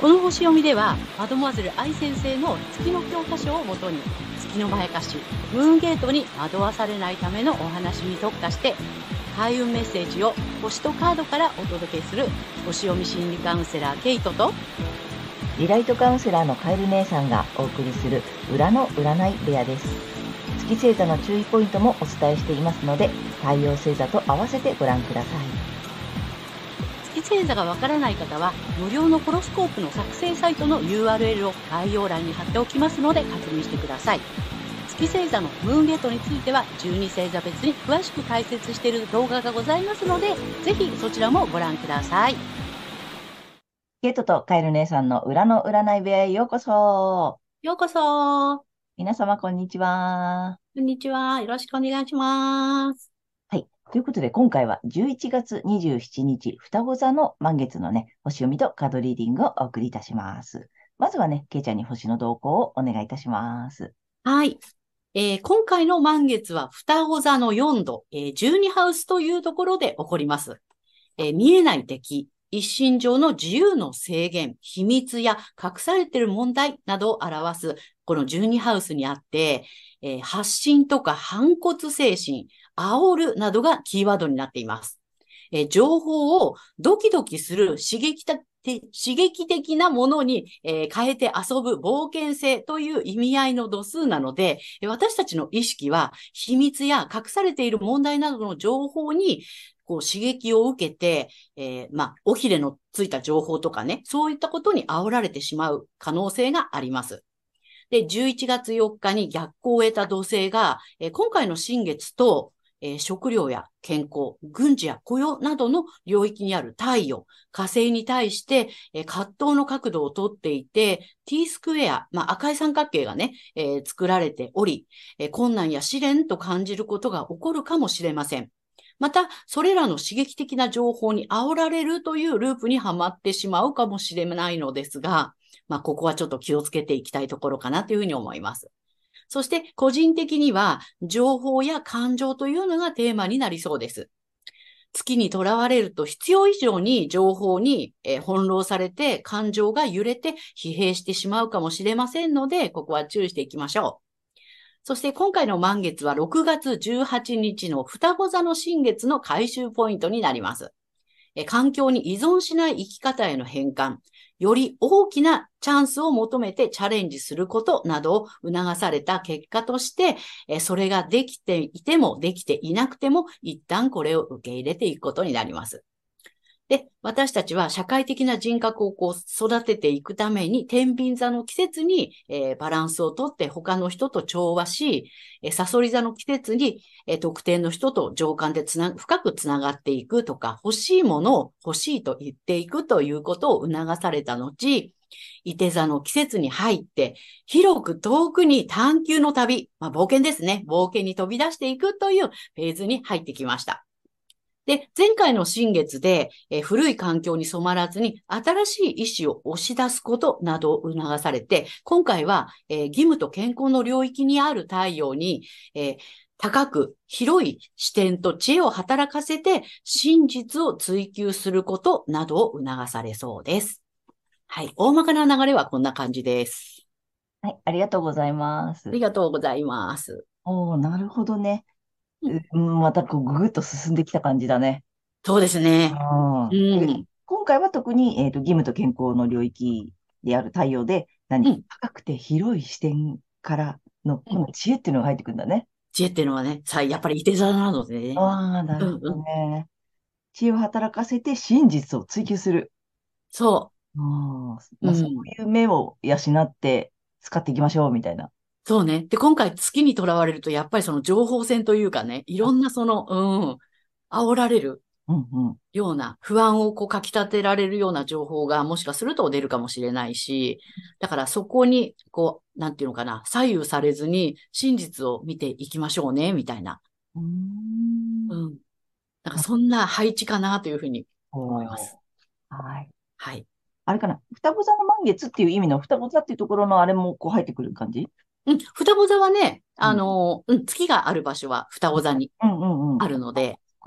この星読みでは、マドモアゼル愛先生の月の教科書をもとに、月のまやかし、ムーンゲートに惑わされないためのお話に特化して、開運メッセージを星とカードからお届けする、星読み心理カウンセラーケイトと、 リライトカウンセラーのカエル姉さんがお送りする裏の占い部屋です。月星座の注意ポイントもお伝えしていますので、太陽星座と合わせてご覧ください。 月星座がわからない方は、無料のホロスコープの作成サイトの URL を概要欄に貼っておきますので確認してください。月星座のムーンゲートについては、12星座別に詳しく解説している動画がございますので、ぜひそちらもご覧ください。 ケイトとカエル姉さんの裏の占い部屋へようこそ。 ようこそ。こ皆様こんにちは。 んにちは。よろしくお願いします。 はい。ということで、今回は11月27日、双子座の満月のね、星読みとカードリーディングをお送りいたします。まずはね、ケイちゃんに星の動向をお願いいたします。 はい。今回の満月は双子座の4度、12ハウスというところで起こります。見えない敵、一身上の自由の制限、秘密や隠されている問題などを表す、この12ハウスにあって、発信とか反骨精神、煽るなどがキーワードになっています。情報をドキドキする刺激的なものに、変えて遊ぶ冒険性という意味合いの度数なので、私たちの意識は秘密や隠されている問題などの情報にこう刺激を受けて、尾ひれのついた情報とかね、そういったことに煽られてしまう可能性があります。で、11月4日に逆行を得た土星が、今回の新月と、食料や健康、軍事や雇用などの領域にある太陽、火星に対して、葛藤の角度をとっていて、T スクエア、赤い三角形がね、作られており、困難や試練と感じることが起こるかもしれません。また、それらの刺激的な情報に煽られるというループにはまってしまうかもしれないのですが、ここはちょっと気をつけていきたいところかなというふうに思います。そして、個人的には、情報や感情というのがテーマになりそうです。月にとらわれると必要以上に情報に翻弄されて感情が揺れて疲弊してしまうかもしれませんので、ここは注意していきましょう。そして今回の満月は6月18日の双子座の新月の回収ポイントになります。環境に依存しない生き方への変換、より大きなチャンスを求めてチャレンジすることなどを促された結果として、それができていてもできていなくても、一旦これを受け入れていくことになります。で、私たちは社会的な人格を育てていくために、天秤座の季節に、バランスをとって他の人と調和し、サソリ座の季節に、特定の人と情感で深くつながっていくとか、欲しいものを欲しいと言っていくということを促された後、射手座の季節に入って、広く遠くに探求の旅、冒険ですね。冒険に飛び出していくというフェーズに入ってきました。で、前回の新月で、古い環境に染まらずに新しい意志を押し出すことなどを促されて、今回は、義務と健康の領域にある太陽に、高く広い視点と知恵を働かせて真実を追求することなどを促されそうです。はい。大まかな流れはこんな感じです。 はい、ありがとうございまあす。 りがとうございます。 おー、なるほどね。 うん、 またぐぐっと進んできた感じだね。 そうですね。 あーで、 うん。 今回は特に、義務と健康の領域である太陽で、 うん。 高くて広い視点からの、 うん。 この知恵っていうのが入ってくるんだね。 知恵っていうのはね、やっぱりいて座なのでね。 ああ、なるほどうんうん。 ね。知恵を働かせて真実を追求する。 そああ、 う。うそうん。 いう目を養って使っていきましょう、みたいな。 そうね。で、今回月にとらわれると、やっぱりその情報戦というかね、いろんな煽られるうんうん。 ような、不安をかき立てられるような情報がもしかすると出るかもしれないし、だからそこに、なんていうのかな、左右されずに真実を見ていきましょうね、みたいな。 うーん。 うん。なんかそんな配置かなというふうに思いまおー、 す。 はい。 はい。 あれかな。双子座の満月っていう意味の双子座っていうところのあれもこう入ってくる感じ？ うん、双子座はね、 うん。 月がある場所は双子座にうんうんうん。 あるので、 そっか。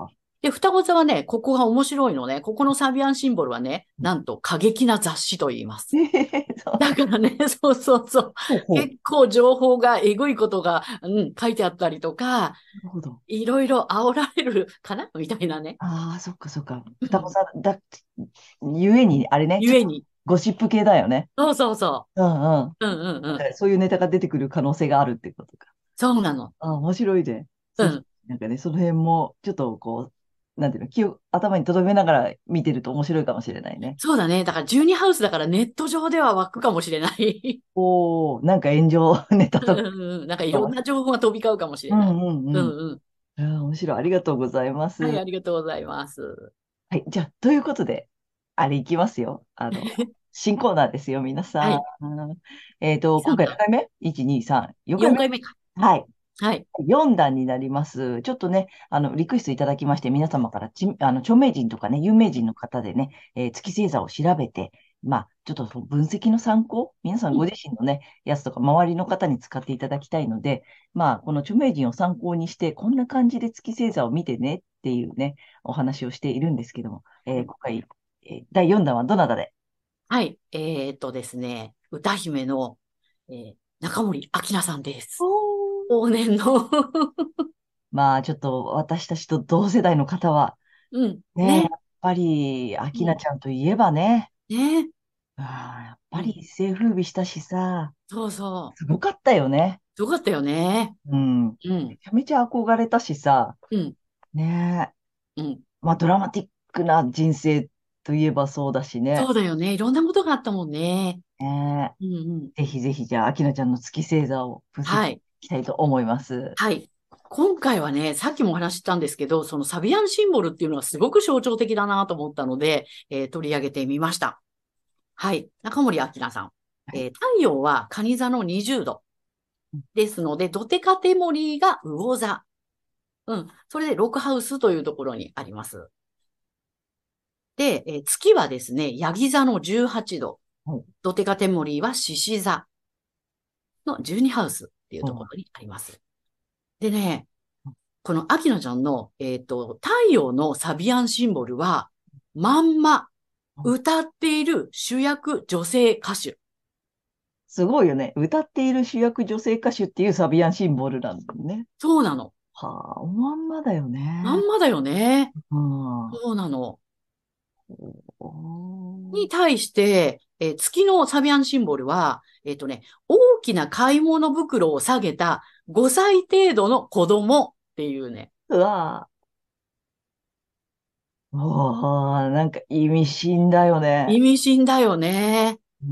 で、双子座はね、ここが面白いのね。ここのサビアンシンボルはね、なんと過激な雑誌と言います。 そう。 だからね、そうそうそう。 ほうほう。 結構情報が、えぐいことが、書いてあったりとか、 なるほど。 いろいろ煽られるかなみたいなね。 ああ、そっかそっか。双子うん。 座だ、ゆえに、あれね、ちょっとゆえに。 ゴシップ系だよね。 そうそうそうんうん。 う。うんうんうん。 だからそういうネタが出てくる可能性があるってことか。 そうなの。 ああ、面白いね。そうそう。 うん。 なんかね、その辺も、ちょっとこう、なんていうの、頭に留めながら見てると面白いかもしれないね。 そうだね。だから12ハウスだからネット上では湧くかもしれない。 おー、なんか炎上ネタとか。 うんうんうん。なんかいろんな情報が飛び交うかもしれない。 うんうんうん。 うんうん。 ああ、面白い。ありがとうございまはい、 す。 ありがとうございます。 はい。じゃあ、ということで、あれいきますよ。新コーナーですよ、皆さん。 はい。 今回何 3 回目？ 1、2、3、4回 4 目。 回目か。 はい。 はい。 4弾になります。ちょっとね、リクエストいただきまして、皆様から著名人とかね、有名人の方でね、月星座を調べて、まあ、ちょっとその分析の参考、皆さんうん。 ご自身のね、やつとか、周りの方に使っていただきたいので、まあ、この著名人を参考にして、こんな感じで月星座を見てねっていうね、お話をしているんですけども、今回、第4弾はどなたで？ はい。ですね、歌姫の、中森明菜さんです。 おー。 往年のまあ、ちょっと私たちと同世代の方は、 うん。 ね、やね。 っぱり、 うん。 明菜ちゃんといえばね、 ね。 やっうん。 ぱり一世風靡したしさ、 そうそう。 すごかったよね。 すごかったよね。 うん。 うん。 めちゃめちゃ憧れたしさ、 うん。 ねえ。 うん。 まあ、ドラマティックな人生といえばそうだしね。 そうだよね。いろんなことがあったもんね。 ねうんうん。 え。ぜひぜひ、じゃあ、明菜ちゃんの月星座を分析していはい。 きたいと思います。 はい。今回はね、さっきもお話ししたんですけど、そのサビアンシンボルっていうのはすごく象徴的だなと思ったので、取り上げてみました。はい。中森明菜さん。 はい。 太陽は蟹座の20度ですので、ドテカテモリーが魚座。うん。それでロクハウスというところにあります。で、月はですね、ヤギ座の18度。 はい。 ドテカテモリーは獅子座の12ハウスっていうところにあります。でね、この秋野ちゃんの、太陽のサビアンシンボルは、まんま歌っている主役女性歌手。 すごいよね。歌っている主役女性歌手っていうサビアンシンボルなんだよね。 そうなの。 はあ、おまんまだよね。 まんまだよね。 うん。 そうなの。 おー。 に対して、月のサビアンシンボルは、大きな買い物袋を下げた5歳程度の子供っていうね。 うわぁ。おー、なんか意味深だよね。 意味深だよね。 うん。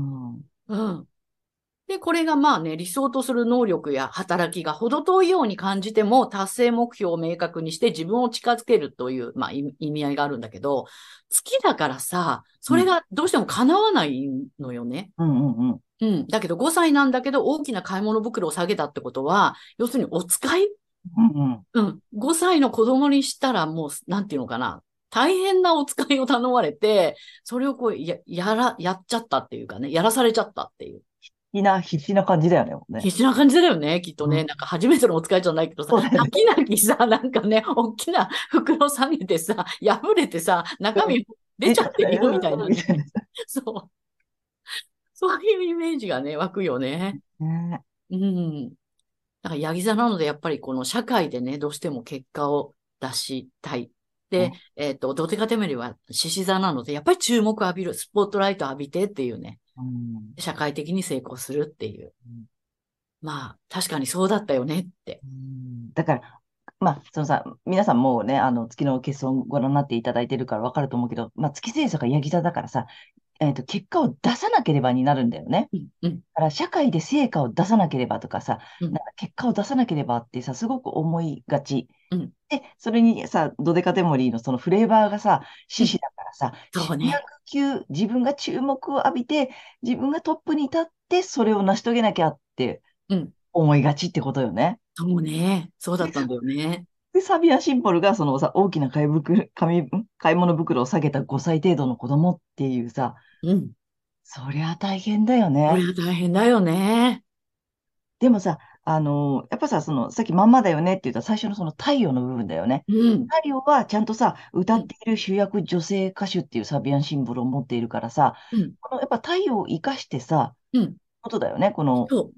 うん。で、これがまあね、理想とする能力や働きが程遠いように感じても、達成目標を明確にして自分を近づけるという、まあ、意味合いがあるんだけど、好きだからさ、そうん。 れがどうしても叶わないのよね。 うんうんうん。 うん。だけど5歳なんだけど、大きな買い物袋を下げたってことは、要するにお使い。 うんうん。 うん。5歳の子供にしたらもう、なんていうのかな。大変なお使いを頼まれて、それをこう、やっちゃったっていうかね、やらされちゃったっていう。 必死な感じだよね、もうね。 必死な感じだよね、きっとね。 うん。 なんか初めてのお使いじゃないけどさ、 そうだよね。 泣き泣きさ、なんかね、大きな袋下げてさ、破れてさ、中うん。 身出出ちゃってるよ、 ちゃったよ、 みたいなね。 みたいな。 そう。そういうイメージがね、湧くよね。 ね。 うん。だから、ヤギ座なので、やっぱりこの社会でね、どうしても結果を出したい。で、 ね。 ドテカテメリは獅子座なので、やっぱり注目浴びる、スポットライト浴びてっていうね、 うん。 社会的に成功するっていう。まあ、確かにそうだったよねって。 うん。だから、まあ、そのさ、皆さんもうね、月の欠損ご覧になっていただいてるからわかると思うけど、まあ、月星座がヤギ座だからさ、結果を出さなければになるんだよね。 うん、うん、 だから社会で成果を出さなければとかさ、 うん、 なんか結果を出さなければってさ、すごく思いがち。 うん、 で、それにさ、ドデカテモリーのそのフレーバーがさ、 うん。 獅子だからさ、主役そうね。 級、自分が注目を浴びて、自分がトップに立って、それを成し遂げなきゃってうん。 思いがちってことよね。 そうね。そうだで、 ったんだよね。 サビアシンボルがそのさ、大きな買い物袋を下げた5歳程度の子供っていうさ、 うん。 そりゃ大変だよね。 これは大変だよね。 でもさ、 やっぱさ、さっきまんまだよねって言った最初のその太陽の部分だよね。 うん。 太陽はちゃんとさ、歌うん。 っている主役女性歌手っていうサビアンシンボルを持っているからさ、 うん。 やっぱ太陽を生かしてさ、 うん。 ことだよね、この、 そう。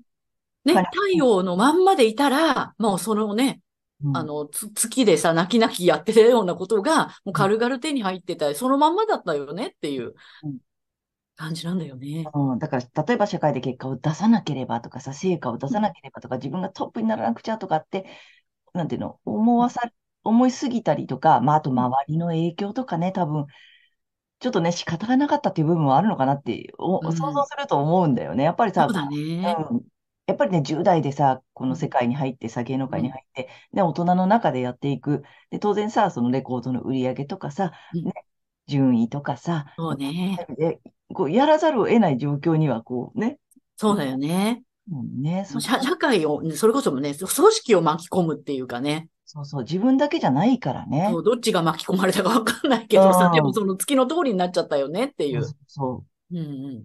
ね、 カニ太陽のまんまでいたら、もうそのね、 うん、 月でさ、泣き泣きやってたようなことが、もううん、 軽々手に入ってたり、そのまんまだったよねっていううん。 感じなんだよね。 うん、だから、例えば社会で結果を出さなければとかさ、成果を出うん。 さなければとか、自分がトップにならなくちゃとかって、なんていうの、思いすぎたりとか、まあ、あとうん。 周りの影響とかね、多分、ちょっとね、仕方がなかったっていう部分はあるのかなって想像うん。 すると思うんだよね。やっぱりさ、 そうだね。 うん、やっぱりね、10代でさ、こうん。 の世界に入ってさ、芸能うん。 界に入って、で、大人の中でやっていく。で、当然さ、そのレコードの売り上げとかさ、 うん。 ね、順位とかさ、 そうね。 で、こう、やらざるを得ない状況には、こうね、 そうだよね。 もうね、そこは、 社会を、それこそもね、組織を巻き込むっていうかね。 そうそう、自分だけじゃないからね。 そう、どっちが巻き込まれたかわかんないうけどさ、でもん。 その月の通りになっちゃったよねっていう。 そうそうそう。 うん。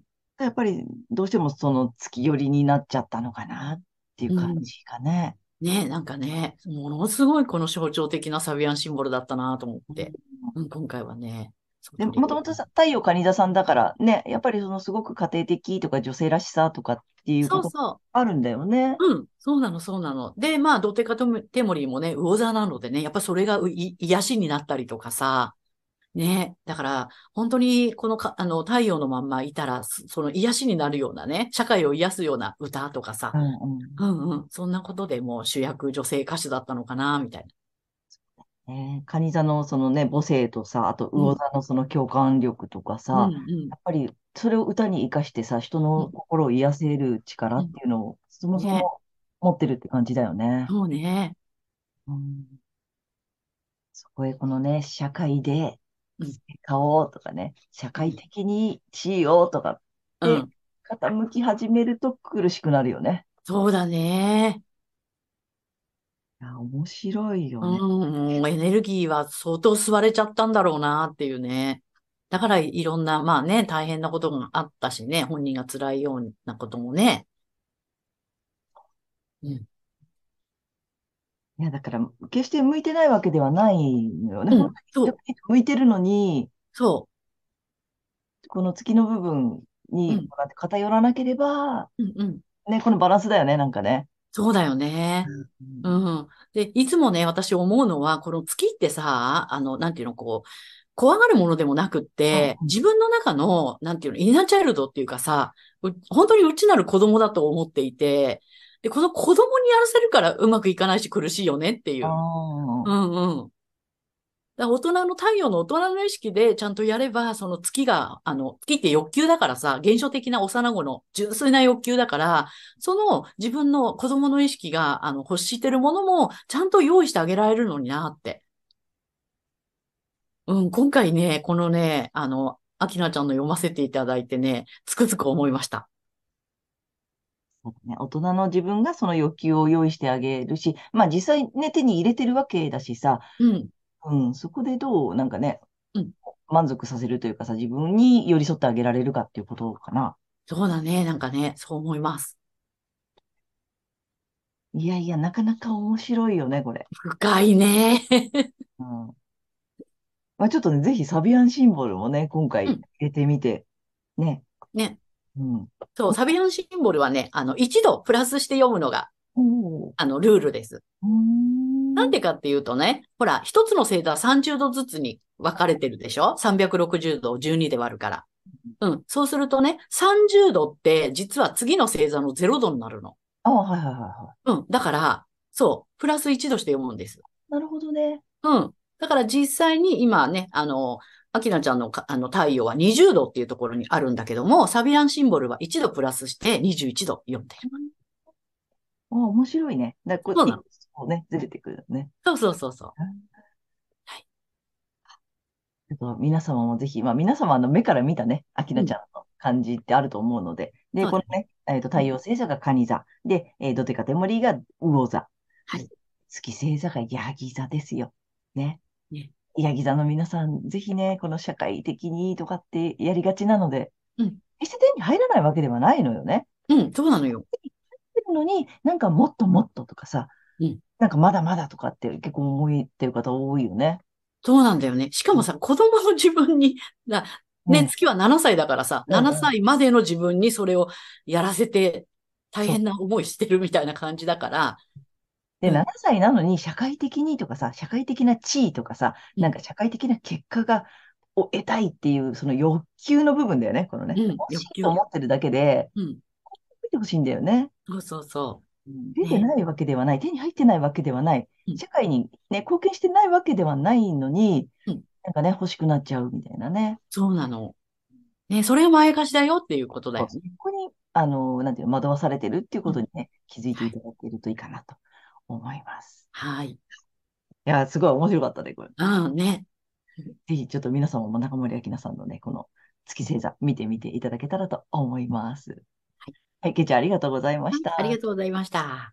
やっぱり、どうしてもその月寄りになっちゃったのかなっていううん。うん。 感じかね。 ね、なんかね、ものすごいこの象徴的なサビアンシンボルだったなと思っうん、 て。うん、今回はね、そうで、 取り入れて。 もともとさ、太陽蟹座さんだからね、やっぱりそのすごく家庭的とか女性らしさとかっていうことそうそあるんだよね。 う。うん、そうなの、そうなの。で、まあ、ドテカテモリーもね、魚座なのでね、やっぱそれが癒しになったりとかさ、ね。だから、本当に、このか、太陽のまんまいたら、その癒しになるようなね、社会を癒すような歌とかさ、 うんうん。 うんうん、そんなことでもう主役女性歌手だったのかな、みたいな。 蟹座のそのね、母性とさ、あとうん、 魚座のその共感力とかうん、 さ、 うん、 やっぱりそれを歌に生かしてさ、人のうん、 心を癒せる力うん。 っていうのをそもそね。 も持ってるって感じだよね。 そうね。 うん、そこへこのね、社会でうん、 買おうとかね、社会うん、 的にしようとかってうん。 傾き始めると苦しくなるよね。 そうだね。 いや、面白いよね。 うん、エネルギーは相当吸われちゃったんだろうなっていうね。だからいろんな、まあね、大変なことがあったしね、本人が辛いようなこともね。うん、 いや、だから、決して向いてないわけではないのよね。本うん、そう、 当に向いてるのに、 そこの月の部分う、うにん、 偏らなければ、 うん、うん。 ね、このバランスだよね、なんかね。 そうだよね。 うん。 うん。で、いつもね、私思うのは、この月ってさ、なんていうの、こう、怖がるものでもなくって、 うん。 自分の中の、なんていうの、インナーチャイルドっていうかさ、本当に内なる子供だと思っていて、で、この子供にやらせるからうまくいかないし苦しいよねっていあう。うあ、 んうん。だから大人の太陽の大人の意識でちゃんとやれば、その月が、月って欲求だからさ、現象的な幼子の純粋な欲求だから、その自分の子供の意識が、欲してるものもちゃんと用意してあげられるのになって。うん、今回ね、このね、アキナちゃんの読ませていただいてね、つくづく思いました。 そうだね。大人の自分がその欲求を用意してあげるし、まあ実際ね、手に入れてるわけだしさ、 うん、 うん、そこでどう、なんかね、 うん。 満足させるというかさ、自分に寄り添ってあげられるかっていうことかな。 そうだね、なんかね、そう思います。 いやいや、なかなか面白いよね、これ。 深いね。 うん。まあ、ちょっとね、ぜひサビアンシンボルもね、今回入うん、 れてみて、ね。 ね。 うん。 そう、サビアンシンボルはね、一度プラスして読むのが、 おー。 ルールです。 うーん。 なんでかっていうとね、ほら、一つの星座は30度ずつに分かれてるでしょ？ 360 度を12で割るから。うん。そうするとね、30度って実は次の星座の0度になるの。 あ、はいはいはいはうん。だから、そう、プラス1度して読むんです。 い。なるほどね。 うん。だから実際に今ね、アキナちゃんの太陽は20度っていうところにあるんだけども、サビアンシンボルは1度プラスして21度読んでる。 うん。あ、面白いね。こう、 そうなの。 こうね、ずれてくるね。 そうそうそうそう。 うん。 はい。 ちょっと皆様もぜひ、まあ皆様の目から見たね、アキうん。 ナちゃんの感じってあると思うので、で、 そうだね。 このね、太うん。 陽星座が蟹座、で、ドテカテモリが魚座、そはい。 して月星座がヤギ座ですよ。ね。 ね。 ヤギ座の皆さん、ぜひね、この社会的にとかってやりがちなので、 うん。 決して手に入らないわけではないのよね。 うん。そうなのよ。 のに、なんかもっともっととかさ、 うん。 なんかまだまだとかって結構思ってる方多いよね。 そうなんだよね。しかうん。 もさ、子供の自分に、ね、 うん。 月は7歳だからさ、7 うん。 歳までの自分にそれをやらせて大そう。 変な思いしてるみたいな感じだから、 で、 うん、 7歳なのに社会的にとかさ、社会的な地位とかさ、 うん、 なんか社会的な結果を得たいっていう、その欲求の部分だよね、このね。 うん、 欲しいと欲求。 思ってるだけで、 うん、 見てほしいんだよね。 そうそうそう。ね。 出てないわけではない、手に入ってないわけではない、 うん、 社会にね、貢献してないわけではないのに、 うん、 なんかね、欲しくなっちゃうみたいなね。 そうなの。ね、それはまやかしだよっていうことだそう、そよね。 こに、なんていうの、惑わされてるっていううん。 ことにね、気づいてはい。 いただけるといいかなと思います。 はい。 いや、すごい面白かったね、これ。 うん、ね。 ぜひ、ちょっと皆様も中森明菜さんのね、この月星座、見てみていただけたらと思います。 はい。 はい、けいちゃんありがとうございまはい、ありした。 がとうございました。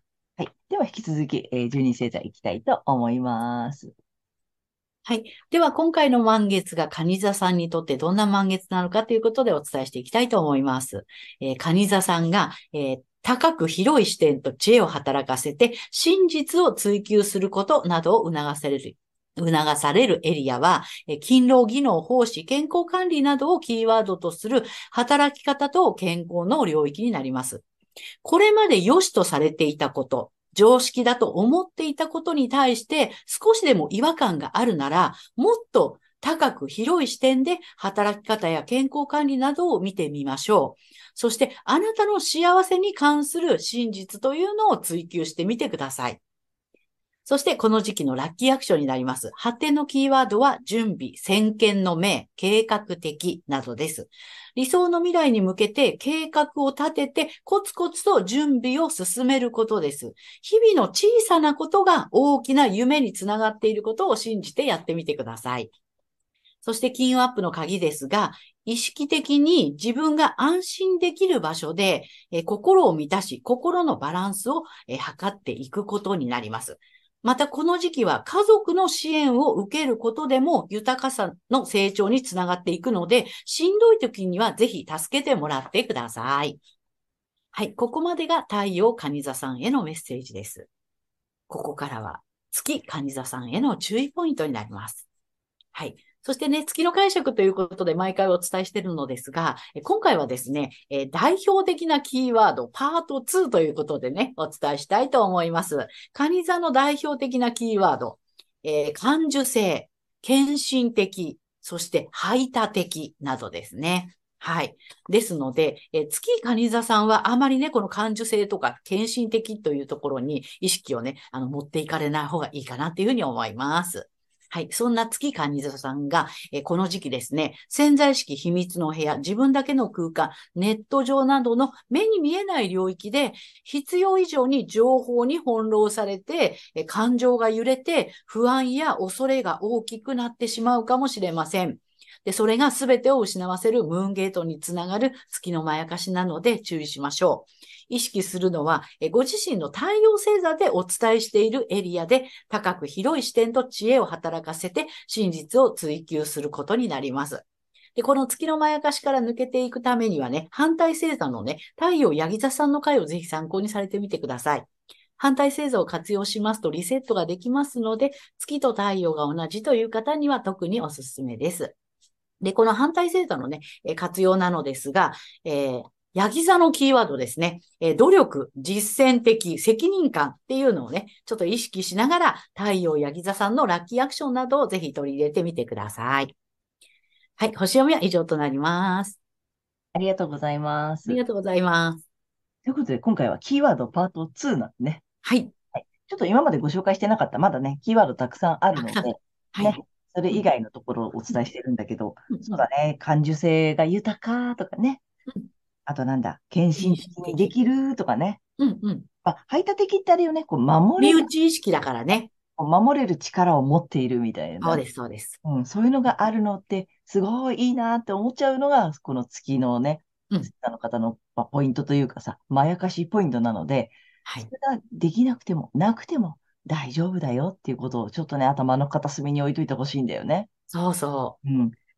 はい。では、引き続き、12星座いきたいと思います。 はい。では、今回の満月が蟹座さんにとってどんな満月なのかということでお伝えしていきたいと思います。蟹座さんが、高く広い視点と知恵を働かせて、真実を追求することなどを促されるエリアは、勤労、技能、奉仕、健康管理などをキーワードとする働き方と健康の領域になります。これまで良しとされていたこと、常識だと思っていたことに対して少しでも違和感があるなら、もっと高く広い視点で働き方や健康管理などを見てみましょう。そしてあなたの幸せに関する真実というのを追求してみてください。そしてこの時期のラッキーアクションになります。発展のキーワードは準備、先見の明、計画的などです。理想の未来に向けて計画を立ててコツコツと準備を進めることです。日々の小さなことが大きな夢につながっていることを信じてやってみてください。そして金運アップの鍵ですが、意識的に自分が安心できる場所で、心を満たし、心のバランスを、測っていくことになります。またこの時期は家族の支援を受けることでも豊かさの成長につながっていくので、しんどい時にはぜひ助けてもらってください。はい、ここまでが太陽蟹座さんへのメッセージです。ここからは月蟹座さんへの注意ポイントになります。はい。そしてね、月の解釈ということで毎回お伝えしているのですが、今回はですね、代表的なキーワード、パート2ということでね、お伝えしたいと思います。蟹座の代表的なキーワード、感受性、献身的、そして排他的などですね。はい。ですので、月蟹座さんはあまりね、この感受性とか献身的というところに意識をね、持っていかれない方がいいかなっていうふうに思います。はい。そんな月蟹座さんが、この時期ですね、潜在意識秘密の部屋、自分だけの空間、ネット上などの目に見えない領域で必要以上に情報に翻弄されて、感情が揺れて不安や恐れが大きくなってしまうかもしれません。で、それが全てを失わせるムーンゲートにつながる月のまやかしなので注意しましょう。意識するのは、ご自身の太陽星座でお伝えしているエリアで高く広い視点と知恵を働かせて真実を追求することになります。で、この月のまやかしから抜けていくためにはね、反対星座のね、太陽ヤギ座さんの回をぜひ参考にされてみてください。反対星座を活用しますとリセットができますので、月と太陽が同じという方には特におすすめです。で、この反対星座のね、活用なのですが、ヤギ座のキーワードですね。努力、実践的、責任感っていうのをね、ちょっと意識しながら、太陽ヤギ座さんのラッキーアクションなどをぜひ取り入れてみてください。はい、星読みは以上となります。 ありがとうございます。 ありがとうございます。 ということで、今回はキーワードパート2なんでね。 はい。 はい。ちょっと今までご紹介してなかった、まだね、キーワードたくさんあるたくさん。 ので、ね、 はい。 それうん、 以外のところをおうん、 伝えしてるんだけど、 うん、うん、 そうだね、感受性が豊かとかね、 うん。 あとなんだ、献献身的にで身的。 きるとかね、 うん、うん。 まあ、排他的ってあれよね、こう守れる、 身内意識だからね。 こう守れる力を持っているみたいなね、 そうです、そうです。 うん、そういうのがあるのって、すごいいいなって思っちゃうのが、この月のね、 うん。 あの方の、まあ、ポイントというかさ、まやかしポイントなので、 はい。 それができなくても、なくても大丈夫だよっていうことをちょっとね、頭の片隅に置いといてほしいんだよね。 そうそうん。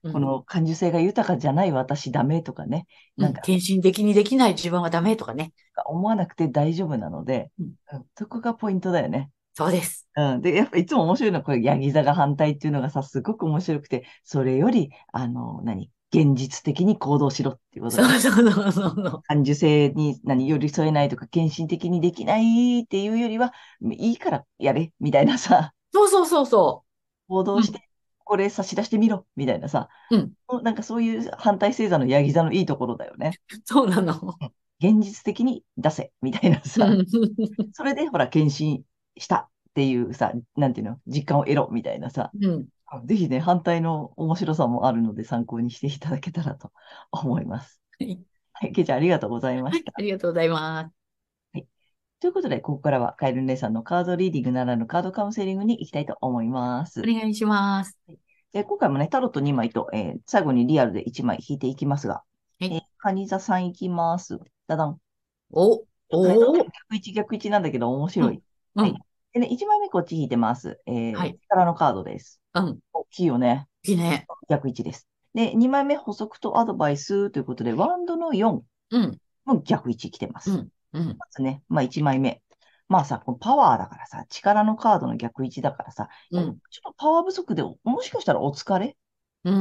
うん。 この感受性が豊かじゃない私ダメとかね、 うん。 なんか献身的にできない自分はダメとかね。 思わなくて大丈夫なので、 うん。 そこがポイントだよね。 そうです。 で、やっぱいつも面白いのは、これ、ヤギ座が反対っていうのがさ、すごく面白くて、それより、現実的に行動しろっていうことだね。 そうそうそうそうそう。 感受性に寄り添えないとか、献身的にできないっていうよりは、いいからやれ、みたいなさ、 そうそうそうそ行う。うん。 動して、これ差し出してみろ、みたいなさ、 うん。 なんかそういう反対星座のヤギ座のいいところだよね。 そうなの。 うん。現実的に出せ、みたいなさ、 うん。 それでほら、献身したっていうさ、なんていうの、実感を得ろ、みたいなさ、 うん。 ぜひね、反対の面白さもあるので参考にしていただけたらと思います。 はい。 はい、けいちゃんありがとうございまはい。 した。 ありがとうございます。 はい。ということで、ここからはカエル姉さんのカードリーディングならぬカードカウンセリングに行きたいと思います。 お願いします。 今回もね、タロット2枚と、最後にリアルで1枚引いていきますが、 はい。 カニ座さんいきます。ダダン。 お、 ちょっとね、どれもおー。 逆位置逆位置なんだけど面白い。 うん。うはい。 ん。 でね、1枚目こっち引いてます。 はい。 力のカードです。 うん。 大きいよね。 いいね。 逆位置です。で、2枚目補足とアドバイスということで、ワンドの4 うん。 も逆位置来てます。 うん。うん。 まずね、まあ1枚目。まあさ、このパワーだからさ、力のカードの逆位置だからさ、ちょっうん。 とパワー不足で、もしかしたらお疲れうん。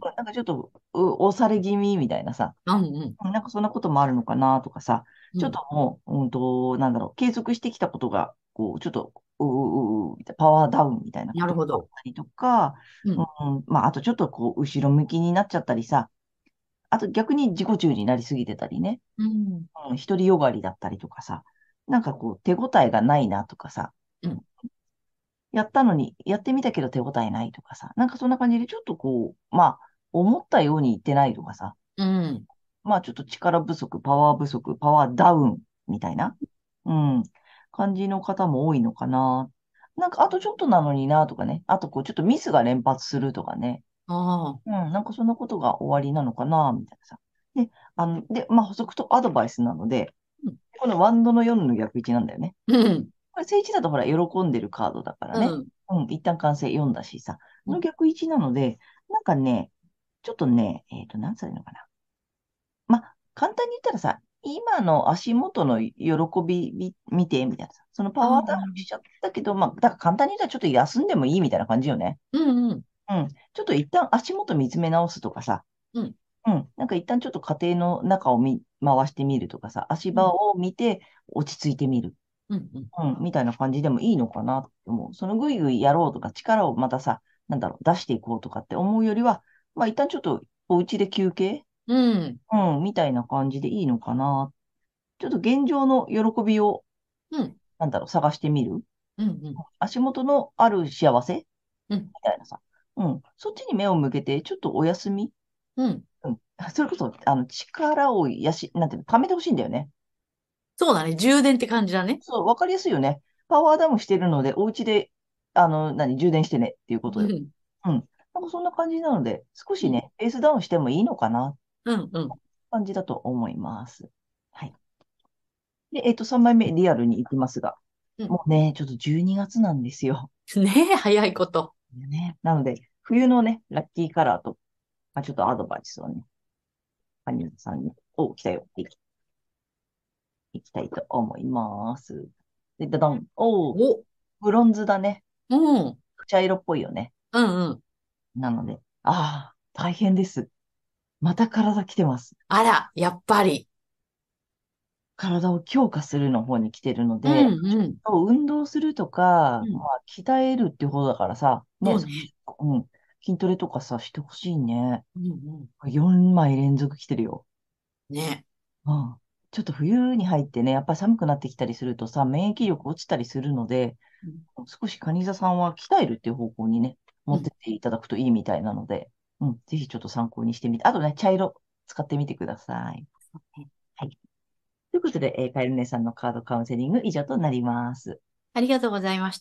なんかちょっと押され気味みたいなさ、 うん。 なんかそんなこともあるのかなとかさ、ちょっうん。 ともう、なんだろう、継続してきたことが、こう、ちょっと、みたいなパワーダウンみたいなことがあっなるほど。 たりとか、 うん。 まあ、あとちょっとこう、後ろ向きになっちゃったりさ、あと逆に自己中になりすぎてたりね、 うん。 独りよがりだったりとかさ、なんかこう、手応えがないなとかさ、 うん。 やったのに、やってみたけど手応えないとかさ、なんかそんな感じでちょっとこう、まあ、思ったようにいってないとかさ、 うん。 まあちょっと力不足、パワー不足、パワーダウンみたいな、うん、感じの方も多いのかな。なんかあとちょっとなのになとかね。あとこうちょっとミスが連発するとかね。 ああ。 なんかそんなことが終わりなのかなみたいなさ。で、まあ補足とアドバイスなので、 うん。 このワンドの4の逆位置なんだよね。 うん。 これ正位置だとほら喜んでるカードだからね。 うん。 一旦完成読んだしさ。のうん。 逆位置なので、なんかね、ちょっとね、なんつったらいいのかな。まあ、簡単に言ったらさ、今の足元の喜び見て、みたいなさ。そのパあワーダウンあ。 しちゃったけど、まあ、だから簡単に言ったらちょっと休んでもいいみたいな感じよね。 うん。うん。 うん。ちょっと一旦足元見つめ直すとかさ。 うん。 なんか一旦ちょっと家庭の中を回してみるとかさ。足うん。 場を見て落ち着いてみる。 うん。うん。 みたいな感じでもいいのかなって思う。そのぐいぐいやろうとか、力をまたさ、なんだろう、出していこうとかって思うよりは、まあ一旦ちょっとお家で休憩うん。 みたいな感じでいいのかな。ちょっと現状の喜びを、 うん。 なんだろう、探してみる。 うん。 足元のある幸せみうん。 たいなさ。そっちに目を向けて、ちょっとお休み。 うん。 うん。それこそ、力をなんていうの、貯めてほしいんだよね。 そうだね。充電って感じだね。 そう、わかりやすいよね。パワーダウンしてるので、お家で、充電してねっていうことよ。 うん。 うん。なんかそんな感じなので、少うん。 しね、ペースダウンしてもいいのかな、 うん。うん。 感じだと思います。はい。で、3枚目、リアルに行きますが、 うん。 もうね、ちょっと12月なんですよ。 ねえ、早いこと。 ね。なので、冬のね、ラッキーカラーと、まあ、ちょっとアドバイスをね、アニメさんに、来たよ、いきたいと思います。で、ダダン。 お。 ブロンズだね。 うん。 茶色っぽいよね。 うん。うん。 なので、大変です。また体来てます。 あら、やっぱり。 体を強化するの方に来てるのうで、 ん。うん。 運動するとか、 うん。 まあ、鍛えるっていう方だからさ、ね、 そうね。 うん、筋トレとかさ、してほしいね。 うん。うん。 4枚連続来てるよ。 ね。 うん。ちょっと冬に入ってね、やっぱり寒くなってきたりするとさ、免疫力落ちたりするので、 うん。 少しカニ座さんは鍛えるっていう方向にね、持ってうん。 っていただくといいみたいなので、ぜひちょっと参考にしてみて、あとね、茶色使ってみてください。はい。ということで、カエル姉さんのカードカウンセリング以上となります。 ありがとうございました。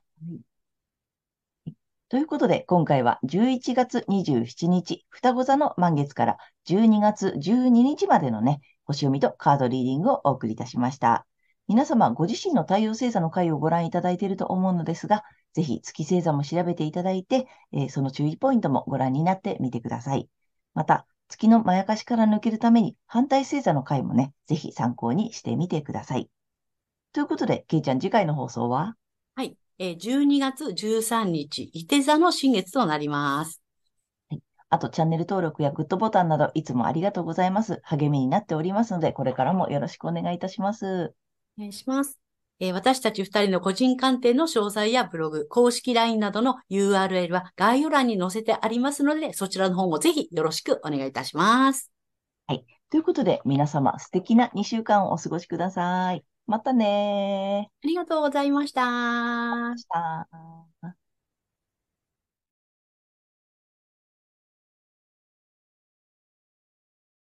はい。ということで、今回は11月27日、双子座の満月から12月12日までのね、星読みとカードリーディングをお送りいたしました。皆様、ご自身の太陽星座の回をご覧いただいていると思うのですが、 ぜひ月星座も調べていただいて、その注意ポイントもご覧になってみてください。また、月のまやかしから抜けるために反対星座の回もね、ぜひ参考にしてみてください。ということで、けいちゃん、次回の放送は？ はい。12月13日、伊手座の新月となります。 はい。あと、チャンネル登録やグッドボタンなど、いつもありがとうございます。励みになっておりますので、これからもよろしくお願いいたします。 お願いします。私たち二人の個人鑑定の詳細やブログ、公式 LINE などの URL は概要欄に載せてありますので、そちらの方もぜひよろしくお願いいたします。 はい。ということで、皆様、素敵な2週間をお過ごしください。またねー。 ありがとうございました。 した。